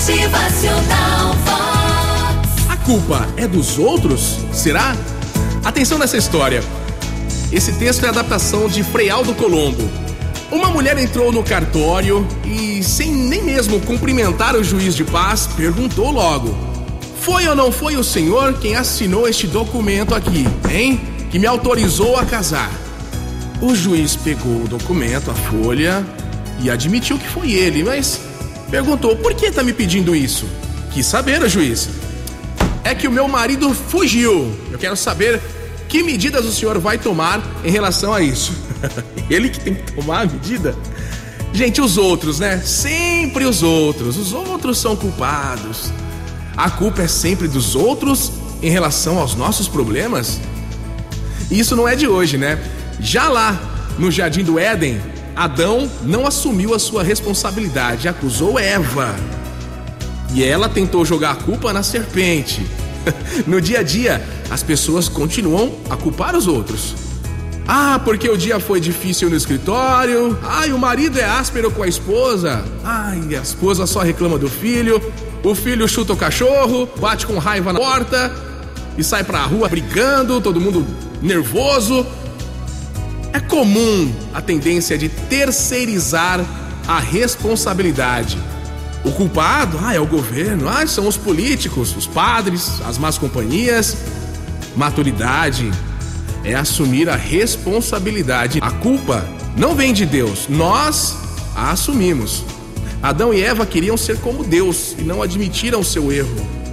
Motivacional Vox. A culpa é dos outros? Será? Atenção nessa história. Esse texto é a adaptação de Frei Aldo Colombo. Uma mulher entrou no cartório e, sem nem mesmo cumprimentar o juiz de paz, perguntou logo: foi ou não foi o senhor quem assinou este documento aqui, hein? Que me autorizou a casar? O juiz pegou o documento, a folha, e admitiu que foi ele, mas perguntou: por que tá me pedindo isso? Quis saber, o juiz. É que o meu marido fugiu. Eu quero saber que medidas o senhor vai tomar em relação a isso. Ele que tem que tomar a medida? Gente, os outros, né? Sempre os outros. Os outros são culpados. A culpa é sempre dos outros em relação aos nossos problemas? E isso não é de hoje, né? Já lá, no Jardim do Éden, Adão não assumiu a sua responsabilidade, acusou Eva. E ela tentou jogar a culpa na serpente. No dia a dia, as pessoas continuam a culpar os outros. Ah, porque o dia foi difícil no escritório. Ai, o marido é áspero com a esposa. Ai, a esposa só reclama do filho. O filho chuta o cachorro, bate com raiva na porta e sai pra rua brigando, todo mundo nervoso. É comum a tendência de terceirizar a responsabilidade. O culpado, é o governo, são os políticos, os padres, as más companhias. Maturidade é assumir a responsabilidade. A culpa não vem de Deus, nós a assumimos. Adão e Eva queriam ser como Deus e não admitiram seu erro.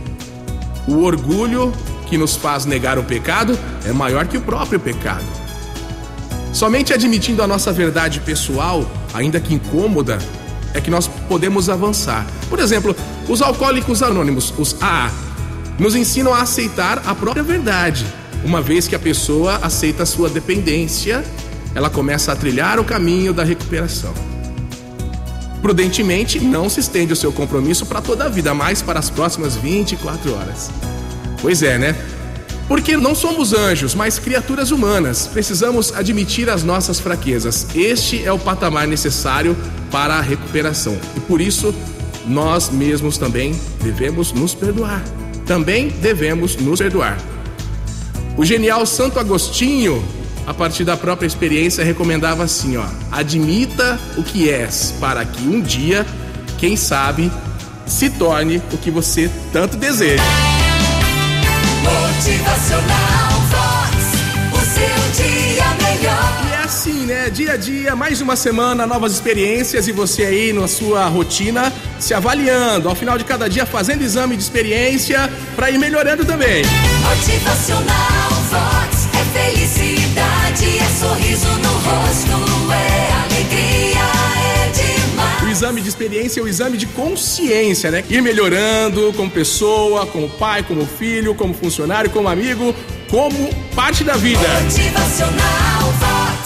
O orgulho que nos faz negar o pecado é maior que o próprio pecado. Somente admitindo a nossa verdade pessoal, ainda que incômoda, é que nós podemos avançar. Por exemplo, os alcoólicos anônimos, os AA, nos ensinam a aceitar a própria verdade. Uma vez que a pessoa aceita a sua dependência, ela começa a trilhar o caminho da recuperação. Prudentemente, não se estende o seu compromisso para toda a vida, mas para as próximas 24 horas. Pois é, né? Porque não somos anjos, mas criaturas humanas. Precisamos admitir as nossas fraquezas. Este é o patamar necessário para a recuperação. E por isso, nós mesmos também devemos nos perdoar. Também devemos nos perdoar. O genial Santo Agostinho, a partir da própria experiência, recomendava assim, admita o que és, para que um dia, quem sabe, se torne o que você tanto deseja. Motivacional Vox, o seu dia melhor. E é assim, né? Dia a dia, mais uma semana, novas experiências e você aí na sua rotina se avaliando. Ao final de cada dia, fazendo exame de experiência para ir melhorando também. Motivacional Vox, é felicidade, é sorriso no rosto, é alegria, é demais. O exame de experiência é o exame de consciência, né? Ir melhorando como pessoa, como pai, como filho, como funcionário, como amigo, como parte da vida. Motivacional Vox.